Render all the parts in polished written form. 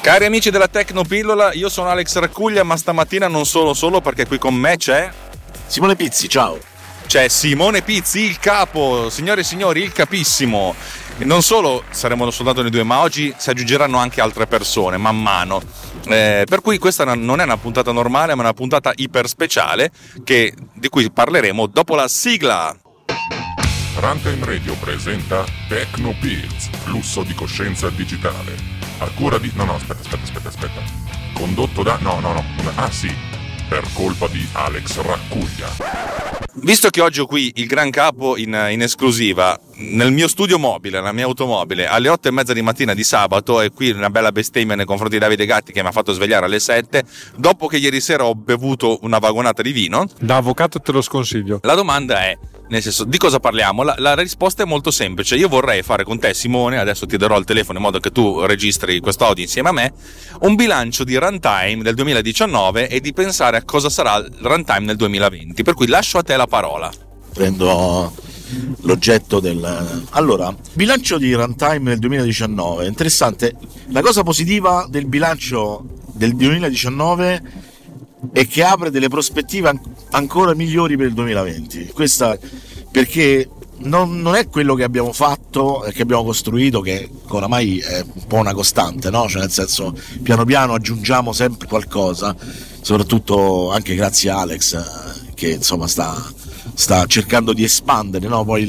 Cari amici della Tecnopillola, io sono Alex Raccuglia, ma stamattina non solo perché qui con me c'è Simone Pizzi, ciao. C'è Simone Pizzi, il capo, signore e signori, il capissimo. E non solo saremo soltanto noi due, ma oggi si aggiungeranno anche altre persone man mano. Per cui questa non è una puntata normale, ma una puntata iper speciale di cui parleremo dopo la sigla. Runtime Radio presenta Tecnopills, flusso di coscienza digitale. A cura di... Aspetta. Condotto da... per colpa di Alex Raccuglia. Visto che oggi ho qui il gran capo in esclusiva nel mio studio mobile, nella mia automobile, alle 8:30 di mattina di sabato, e qui una bella bestemmia nei confronti di Davide Gatti che mi ha fatto svegliare alle 7, dopo che ieri sera ho bevuto una vagonata di vino. Da avvocato te lo sconsiglio. La domanda è, nel senso, di cosa parliamo? La risposta è molto semplice. Io vorrei fare con te, Simone, adesso ti darò il telefono in modo che tu registri quest'audio insieme a me, un bilancio di runtime del 2019 e di pensare a cosa sarà il runtime nel 2020. Per cui lascio a te la parola. Prendo l'oggetto del... Allora, bilancio di runtime nel 2019. Interessante. La cosa positiva del bilancio del 2019 è che apre delle prospettive ancora migliori per il 2020. Questa perché non è quello che abbiamo fatto e che abbiamo costruito, che oramai è un po' una costante, no? Cioè, nel senso, piano piano aggiungiamo sempre qualcosa, soprattutto anche grazie a Alex, che insomma sta cercando di espandere, no? Poi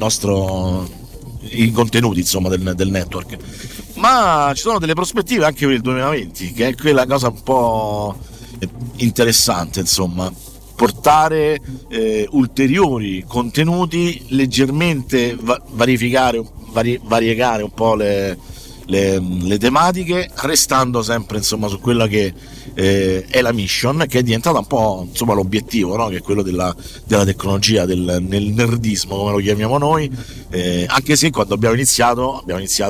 i contenuti, insomma, del network. Ma ci sono delle prospettive anche per il 2020, che è quella cosa un po' interessante, insomma, portare ulteriori contenuti, leggermente variegare un po' le tematiche, restando sempre, insomma, su quella che è la mission, che è diventata un po', insomma, l'obiettivo, no? Che è quello della tecnologia, nel nerdismo, come lo chiamiamo noi, anche se quando abbiamo iniziato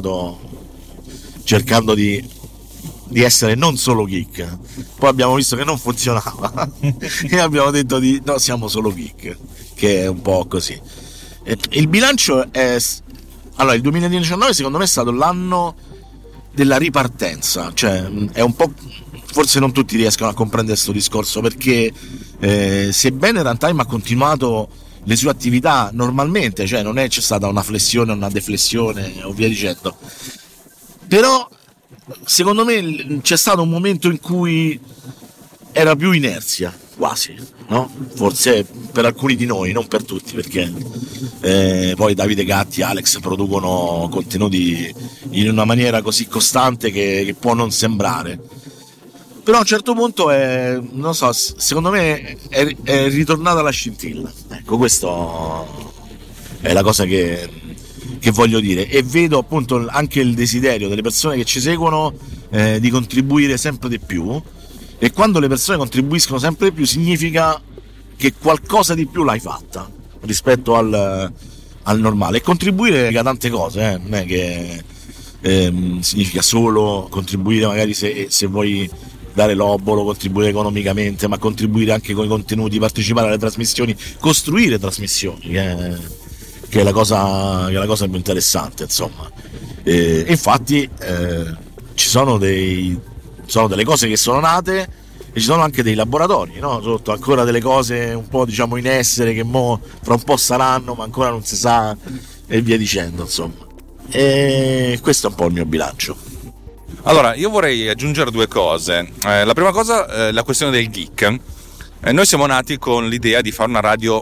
cercando di essere non solo geek, poi abbiamo visto che non funzionava e abbiamo detto no, siamo solo geek, che è un po' così. Il bilancio allora, il 2019 secondo me è stato l'anno della ripartenza, cioè è un po', forse non tutti riescono a comprendere questo discorso, perché sebbene Runtime ha continuato le sue attività normalmente, cioè non c'è stata una flessione o una deflessione o via dicendo, però secondo me c'è stato un momento in cui era più inerzia, quasi, no? Forse per alcuni di noi, non per tutti, perché poi Davide Gatti e Alex producono contenuti in una maniera così costante che può non sembrare, però a un certo punto non so, secondo me è ritornata la scintilla. Ecco, questo è la cosa che voglio dire, e vedo appunto anche il desiderio delle persone che ci seguono di contribuire sempre di più, e quando le persone contribuiscono sempre di più significa che qualcosa di più l'hai fatta rispetto al normale. E contribuire a tante cose, non è che significa solo contribuire, magari se vuoi dare l'obolo, contribuire economicamente, ma contribuire anche con i contenuti, partecipare alle trasmissioni, costruire trasmissioni, che è la cosa più interessante, insomma. Infatti ci sono delle cose che sono nate e ci sono anche dei laboratori, no? Sotto ancora delle cose un po', diciamo, in essere, che fra un po' saranno, ma ancora non si sa, e via dicendo, insomma. E questo è un po' il mio bilancio. Allora, io vorrei aggiungere due cose. La prima cosa, la questione del geek. Noi siamo nati con l'idea di fare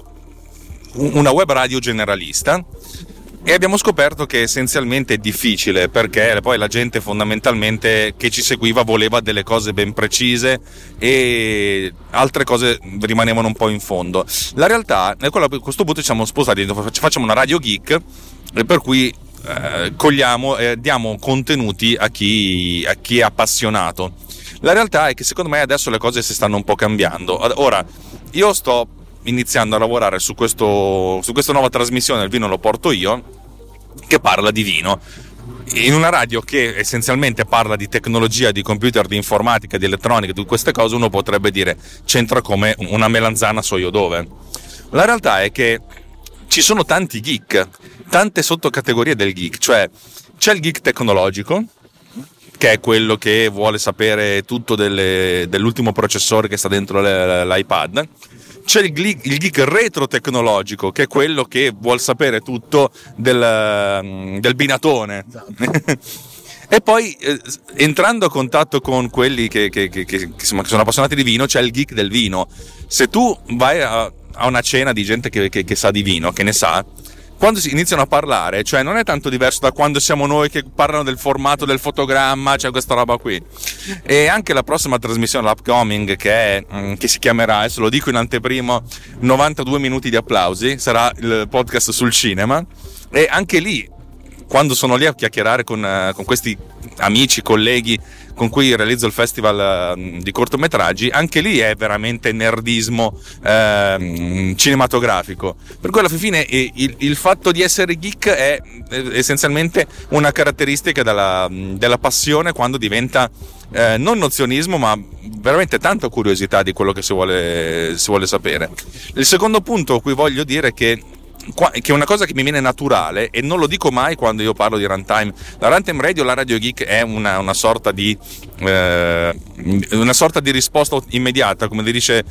una web radio generalista, e abbiamo scoperto che essenzialmente è difficile, perché poi la gente fondamentalmente che ci seguiva voleva delle cose ben precise e altre cose rimanevano un po' in fondo. La realtà è quella, a questo punto ci siamo spostati, facciamo una radio geek, per cui cogliamo e diamo contenuti a chi è appassionato. La realtà è che secondo me adesso le cose si stanno un po' cambiando. Ora, io sto iniziando a lavorare su questa nuova trasmissione, il vino lo porto io, che parla di vino, in una radio che essenzialmente parla di tecnologia, di computer, di informatica, di elettronica, di queste cose. Uno potrebbe dire c'entra come una melanzana so io dove. La realtà è che ci sono tanti geek, tante sottocategorie del geek, cioè c'è il geek tecnologico, che è quello che vuole sapere tutto dell'ultimo processore che sta dentro l'iPad. C'è il geek retro tecnologico, che è quello che vuol sapere tutto del binatone. E poi entrando a contatto con quelli che sono appassionati di vino, c'è il geek del vino. Se tu vai a una cena di gente che sa di vino, che ne sa, quando si iniziano a parlare, cioè non è tanto diverso da quando siamo noi che parlano del formato del fotogramma, cioè questa roba qui. E anche la prossima trasmissione, l'upcoming, che si chiamerà, adesso lo dico in anteprima, 92 minuti di applausi, sarà il podcast sul cinema. E anche lì, quando sono lì a chiacchierare con questi amici, colleghi con cui realizzo il festival di cortometraggi, anche lì è veramente nerdismo cinematografico. Per cui alla fine il fatto di essere geek è essenzialmente una caratteristica della passione, quando diventa non nozionismo, ma veramente tanta curiosità di quello che si vuole sapere. Il secondo punto a cui voglio dire è che è una cosa che mi viene naturale, e non lo dico mai quando io parlo di Runtime. La Runtime Radio, la Radio Geek, è una sorta di risposta immediata, come dice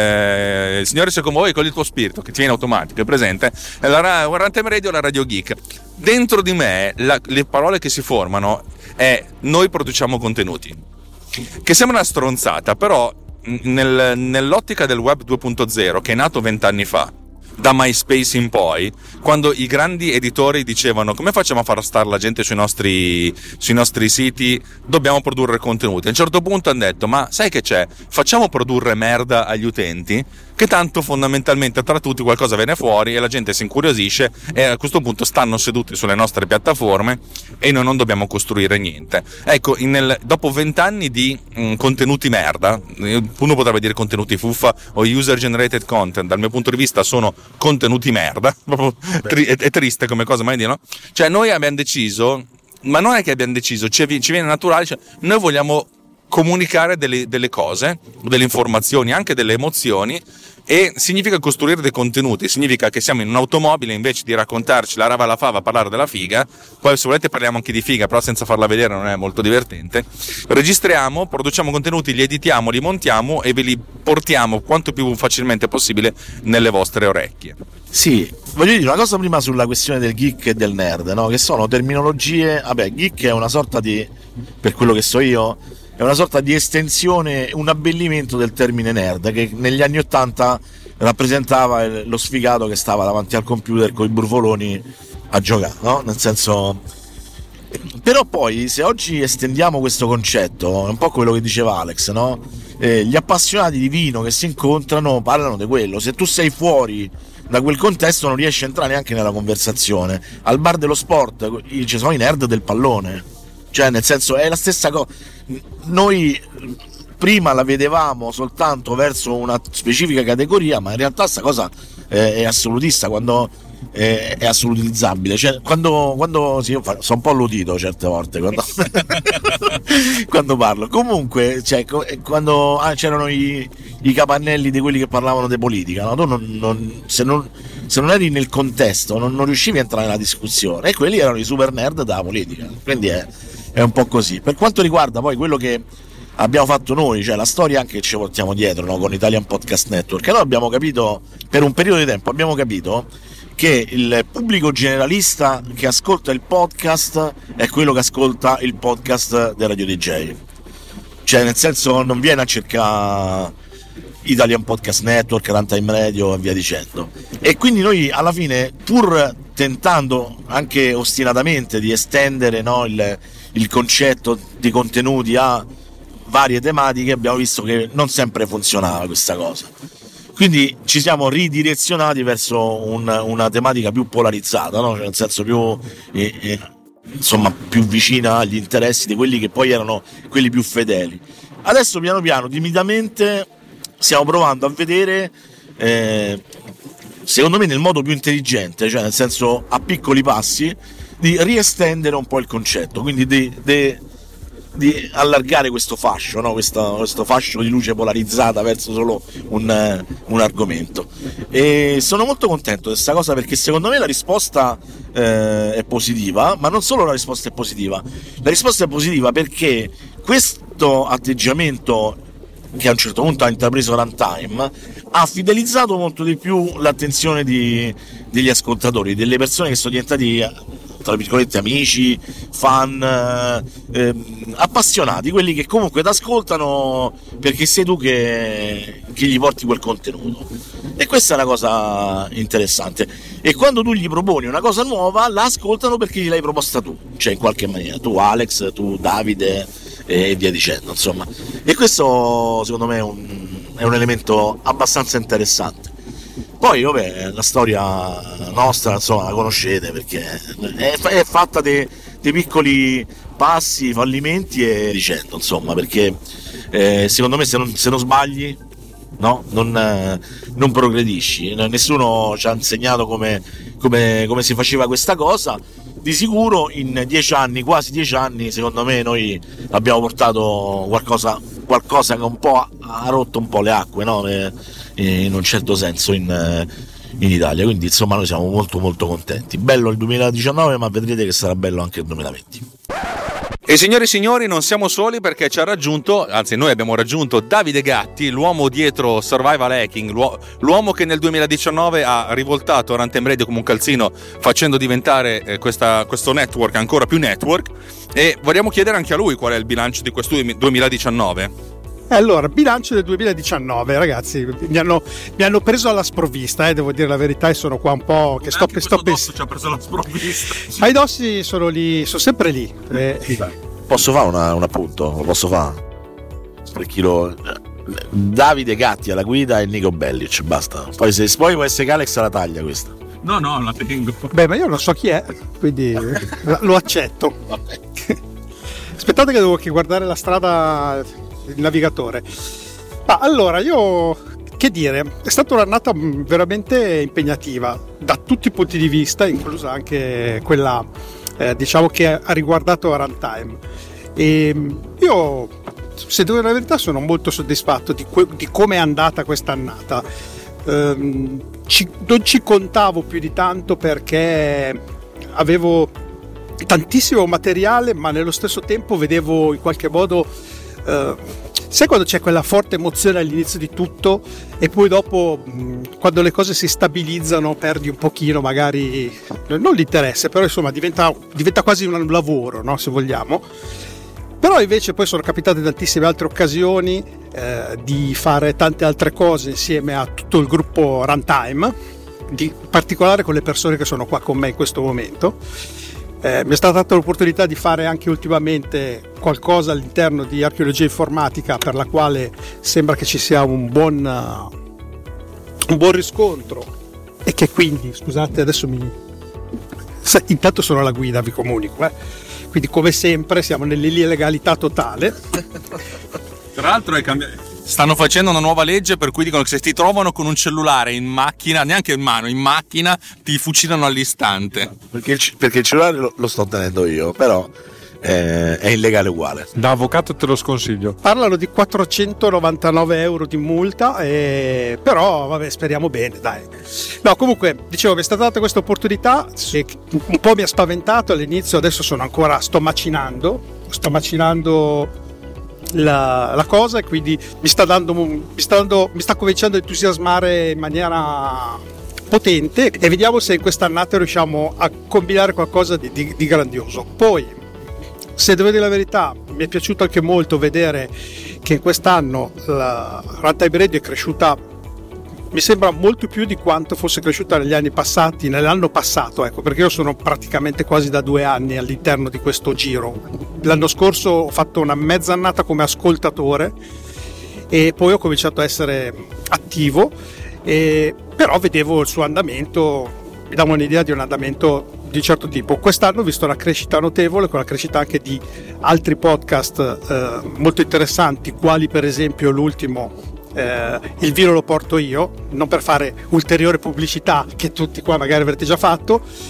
il Signore sia con voi, con il tuo spirito, che ti viene automatico, è presente. La Runtime Radio, la Radio Geek. Dentro di me le parole che si formano è: noi produciamo contenuti, che sembra una stronzata, però nell'ottica del web 2.0, che è nato 20 anni fa, da MySpace in poi, quando i grandi editori dicevano: come facciamo a far stare la gente sui nostri siti, dobbiamo produrre contenuti. A un certo punto hanno detto: ma sai che c'è? Facciamo produrre merda agli utenti, che tanto fondamentalmente tra tutti qualcosa viene fuori e la gente si incuriosisce, e a questo punto stanno seduti sulle nostre piattaforme e noi non dobbiamo costruire niente. Ecco, dopo 20 anni di contenuti merda, uno potrebbe dire contenuti fuffa o user generated content, dal mio punto di vista sono contenuti merda, proprio è triste come cosa, mai dire, no? Cioè noi abbiamo deciso, ma non è che abbiamo deciso, ci viene naturale, cioè noi vogliamo comunicare delle cose, delle informazioni, anche delle emozioni, e significa costruire dei contenuti, significa che siamo in un'automobile, invece di raccontarci la rava alla fava, parlare della figa, poi se volete parliamo anche di figa, però senza farla vedere non è molto divertente, registriamo, produciamo contenuti, li editiamo, li montiamo e ve li portiamo quanto più facilmente possibile nelle vostre orecchie. Sì, voglio dire una cosa prima sulla questione del geek e del nerd, no? Che sono terminologie. Vabbè, geek è una sorta di, per quello che so io, è una sorta di estensione, un abbellimento del termine nerd, che negli anni '80 rappresentava lo sfigato che stava davanti al computer con i brufoloni a giocare, no? Nel senso. Però poi, se oggi estendiamo questo concetto, è un po' quello che diceva Alex, no? Gli appassionati di vino che si incontrano parlano di quello. Se tu sei fuori da quel contesto non riesci a entrare neanche nella conversazione. Al bar dello sport ci sono i nerd del pallone, cioè nel senso è la stessa cosa. Noi prima la vedevamo soltanto verso una specifica categoria, ma in realtà sta cosa è assolutista, quando è assolutizzabile, cioè quando sì, io sono un po' alludito certe volte quando parlo. Comunque, cioè, quando c'erano i capannelli di quelli che parlavano di politica, no? Tu se non eri nel contesto non riuscivi a entrare nella discussione, e quelli erano i super nerd della politica, quindi è un po' così. Per quanto riguarda poi quello che abbiamo fatto noi, cioè la storia anche che ci portiamo dietro, no? Con Italian Podcast Network, noi abbiamo capito, per un periodo di tempo abbiamo capito che il pubblico generalista che ascolta il podcast è quello che ascolta il podcast del Radio DJ, cioè nel senso non viene a cercare Italian Podcast Network, Runtime Radio e via dicendo. E quindi noi alla fine, pur tentando anche ostinatamente di estendere, no, il concetto di contenuti a varie tematiche, abbiamo visto che non sempre funzionava questa cosa. Quindi ci siamo ridirezionati verso una tematica più polarizzata, no? Cioè nel senso più insomma più vicina agli interessi di quelli che poi erano quelli più fedeli. Adesso piano piano, timidamente, stiamo provando a vedere, secondo me nel modo più intelligente, cioè nel senso a piccoli passi, di riestendere un po' il concetto, quindi di allargare questo fascio, no? questo fascio di luce polarizzata verso solo un argomento. E sono molto contento di questa cosa, perché secondo me la risposta è positiva, ma non solo la risposta è positiva perché questo atteggiamento che a un certo punto ha intrapreso Runtime ha fidelizzato molto di più l'attenzione degli ascoltatori, delle persone che sono diventati, tra virgolette, amici, fan, appassionati, quelli che comunque ti ascoltano perché sei tu che gli porti quel contenuto. E questa è una cosa interessante, e quando tu gli proponi una cosa nuova la ascoltano perché gliel'hai proposta tu, cioè in qualche maniera tu, Alex, tu, Davide, e via dicendo, insomma. E questo secondo me è un elemento abbastanza interessante. Poi vabbè, la storia nostra, insomma, la conoscete, perché è fatta di piccoli passi, fallimenti e dicendo, insomma, perché secondo me se non sbagli, no, non progredisci. Nessuno ci ha insegnato come si faceva questa cosa. Di sicuro in 10 anni, quasi 10 anni, secondo me noi abbiamo portato qualcosa che un po' ha rotto un po' le acque, no? In un certo senso in Italia. Quindi insomma noi siamo molto molto contenti. Bello il 2019, ma vedrete che sarà bello anche il 2020. E signori e signori, non siamo soli, perché ci ha raggiunto, anzi noi abbiamo raggiunto Davide Gatti, l'uomo dietro Survival Hacking, l'uomo che nel 2019 ha rivoltato Runtime Radio come un calzino, facendo diventare questo network ancora più network. E vogliamo chiedere anche a lui qual è il bilancio di questo 2019. Allora, bilancio del 2019, ragazzi, mi hanno preso alla sprovvista, devo dire la verità, e sono qua un po' che sto ci ha preso alla sprovvista. Ma i dossi sono sempre lì. Posso fare un appunto? Lo posso fare? Per chi Davide Gatti alla guida e Nico Bellic, basta. Poi può essere che Alex la taglia questa. No, la tengo. Beh, ma io non so chi è, quindi lo accetto. Aspettate che devo guardare la strada, il navigatore. Allora, io che dire, è stata un'annata veramente impegnativa da tutti i punti di vista, inclusa anche quella diciamo che ha riguardato Runtime. E io, se devo dire la verità, sono molto soddisfatto di come è andata questa annata. Non ci contavo più di tanto, perché avevo tantissimo materiale, ma nello stesso tempo vedevo in qualche modo sai quando c'è quella forte emozione all'inizio di tutto e poi dopo, quando le cose si stabilizzano, perdi un pochino magari non l'interesse, però insomma diventa quasi un lavoro, no? Se vogliamo. Però invece poi sono capitate tantissime altre occasioni di fare tante altre cose insieme a tutto il gruppo Runtime, in particolare con le persone che sono qua con me in questo momento. Mi è stata data l'opportunità di fare anche ultimamente qualcosa all'interno di archeologia informatica, per la quale sembra che ci sia un buon riscontro, e che quindi, scusate, adesso intanto sono alla guida, vi comunico, quindi come sempre siamo nell'illegalità totale. Tra l'altro stanno facendo una nuova legge per cui dicono che se ti trovano con un cellulare in macchina, neanche in mano, in macchina, ti fucilano all'istante. Perché il cellulare lo sto tenendo io, però è illegale uguale. Da avvocato te lo sconsiglio. Parlano di 499 euro di multa, però vabbè, speriamo bene, dai. No, comunque, dicevo, mi è stata data questa opportunità, che un po' mi ha spaventato all'inizio, adesso sto macinando la cosa, e quindi mi sta cominciando a entusiasmare in maniera potente, e vediamo se in quest'annata riusciamo a combinare qualcosa di grandioso. Poi, se devo dire la verità, mi è piaciuto anche molto vedere che quest'anno la Runtime Radio è cresciuta, mi sembra molto più di quanto fosse cresciuta nell'anno passato, ecco, perché io sono praticamente quasi da 2 anni all'interno di questo giro. L'anno scorso ho fatto una mezz'annata come ascoltatore e poi ho cominciato a essere attivo, però vedevo il suo andamento, mi dava un'idea di un andamento di un certo tipo. Quest'anno ho visto una crescita notevole, con la crescita anche di altri podcast molto interessanti, quali per esempio l'ultimo Il vino lo porto io, non per fare ulteriore pubblicità che tutti qua magari avrete già fatto,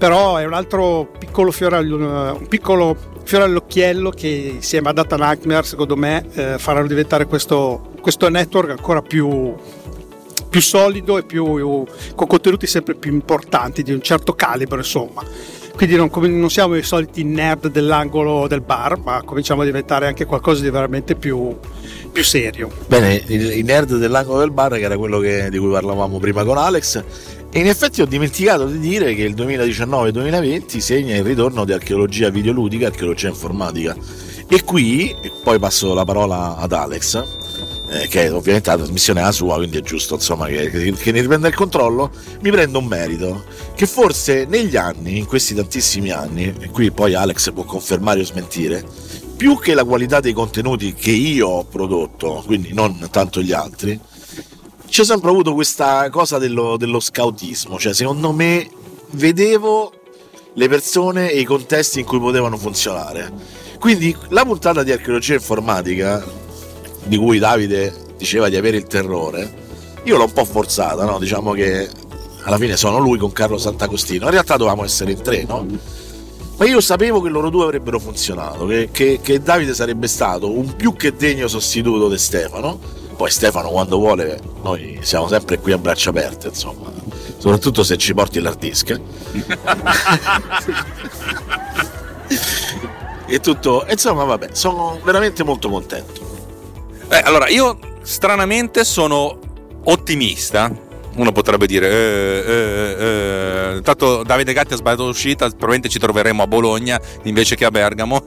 però è un altro piccolo fiore all'occhiello che insieme a Data Nightmare secondo me faranno diventare questo network ancora più solido e con contenuti sempre più importanti, di un certo calibro, insomma. Quindi non siamo i soliti nerd dell'angolo del bar, ma cominciamo a diventare anche qualcosa di veramente più serio. Bene, i nerd dell'angolo del bar, che era quello di cui parlavamo prima con Alex, e in effetti ho dimenticato di dire che il 2019-2020 segna il ritorno di archeologia videoludica, archeologia informatica. E qui, poi passo la parola ad Alex, che ovviamente la trasmissione è la sua, quindi è giusto insomma che ne riprenda il controllo. Mi prendo un merito che forse negli anni, in questi tantissimi anni, e qui poi Alex può confermare o smentire, più che la qualità dei contenuti che io ho prodotto, quindi non tanto gli altri, c'è sempre avuto questa cosa dello scoutismo, cioè secondo me vedevo le persone e i contesti in cui potevano funzionare. Quindi la puntata di archeologia informatica, di cui Davide diceva di avere il terrore, io l'ho un po' forzata, no? Diciamo che alla fine sono lui con Carlo Sant'Agostino, in realtà dovevamo essere in 3, no? Ma io sapevo che loro due avrebbero funzionato, che Davide sarebbe stato un più che degno sostituto di Stefano. Poi Stefano quando vuole noi siamo sempre qui a braccia aperte, insomma, soprattutto se ci porti l'hard disk. E tutto, insomma, vabbè, sono veramente molto contento. Allora, io stranamente sono ottimista. Uno potrebbe dire tanto Davide Gatti ha sbagliato l'uscita, probabilmente ci troveremo a Bologna invece che a Bergamo.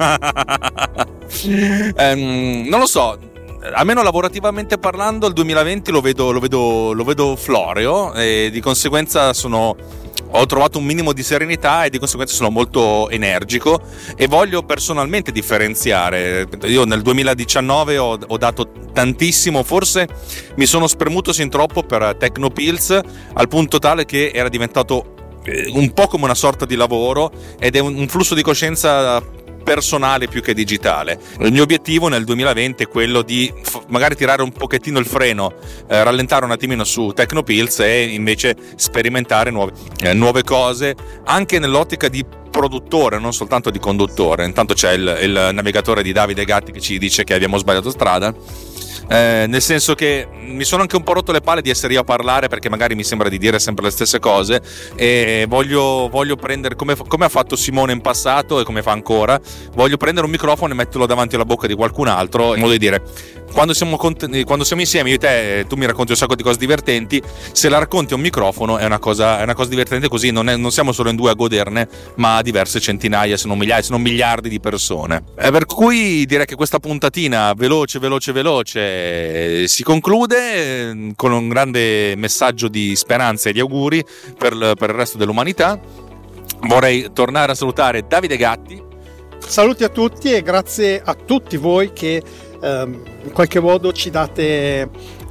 Non lo so, almeno lavorativamente parlando il 2020 lo vedo floreo, e di conseguenza ho trovato un minimo di serenità e di conseguenza sono molto energico e voglio personalmente differenziare. Io nel 2019 ho dato tantissimo, forse mi sono spremuto sin troppo per Tecnopills, al punto tale che era diventato un po' come una sorta di lavoro ed è un flusso di coscienza personale più che digitale. Il mio obiettivo nel 2020 è quello di magari tirare un pochettino il freno, rallentare un attimino su Tecnopills e invece sperimentare nuove cose anche nell'ottica di produttore, non soltanto di conduttore. Intanto c'è il navigatore di Davide Gatti che ci dice che abbiamo sbagliato strada. Nel senso che mi sono anche un po' rotto le palle di essere io a parlare, perché magari mi sembra di dire sempre le stesse cose e voglio prendere, come ha fatto Simone in passato e come fa ancora, voglio prendere un microfono e metterlo davanti alla bocca di qualcun altro in modo di dire: quando siamo insieme io e te, tu mi racconti un sacco di cose divertenti, se la racconti a un microfono è una cosa divertente, così non siamo solo in due a goderne, ma a diverse centinaia, se non migliaia, se non miliardi di persone. Per cui direi che questa puntatina veloce si conclude con un grande messaggio di speranza e di auguri per il resto dell'umanità. Vorrei tornare a salutare Davide Gatti. Saluti a tutti e grazie a tutti voi che in qualche modo ci date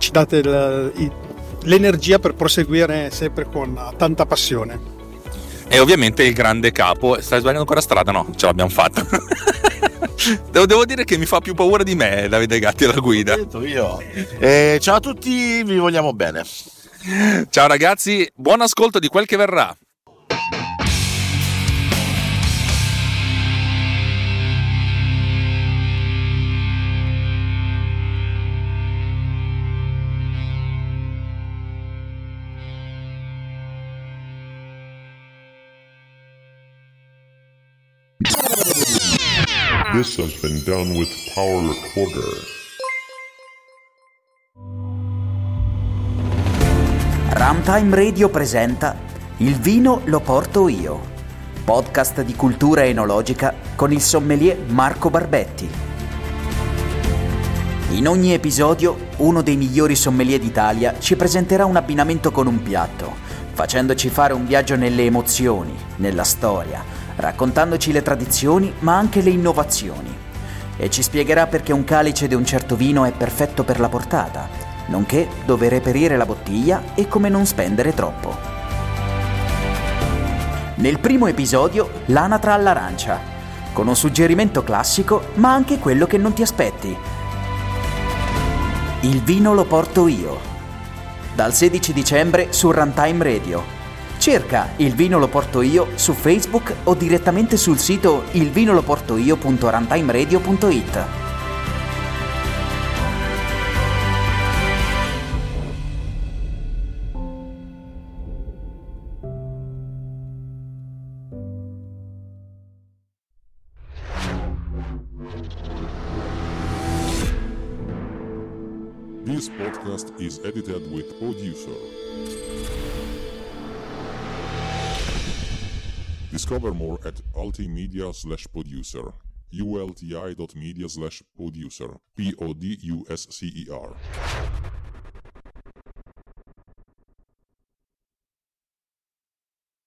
l'energia per proseguire sempre con tanta passione. E ovviamente il grande capo. Stai sbagliando ancora strada? No, ce l'abbiamo fatta. Devo dire che mi fa più paura di me Davide Gatti alla guida. Io. Ciao a tutti, vi vogliamo bene. Ciao ragazzi, buon ascolto di quel che verrà. This has been done with Power Recorder. Runtime Radio presenta Il vino lo porto io, podcast di cultura enologica con il sommelier Marco Barbetti. In ogni episodio uno dei migliori sommelier d'Italia ci presenterà un abbinamento con un piatto, facendoci fare un viaggio nelle emozioni, nella storia, raccontandoci le tradizioni ma anche le innovazioni, e ci spiegherà perché un calice di un certo vino è perfetto per la portata, nonché dove reperire la bottiglia e come non spendere troppo. Nel primo episodio l'anatra all'arancia, con un suggerimento classico ma anche quello che non ti aspetti. Il vino lo porto io, dal 16 dicembre su Runtime Radio. Cerca Il Vino Lo Porto Io su Facebook o direttamente sul sito ilvinoloportoio.runtimeradio.it. This podcast is edited with Producer. Discover more at ultimedia/producer, ulti.media/producer, PODUSCER.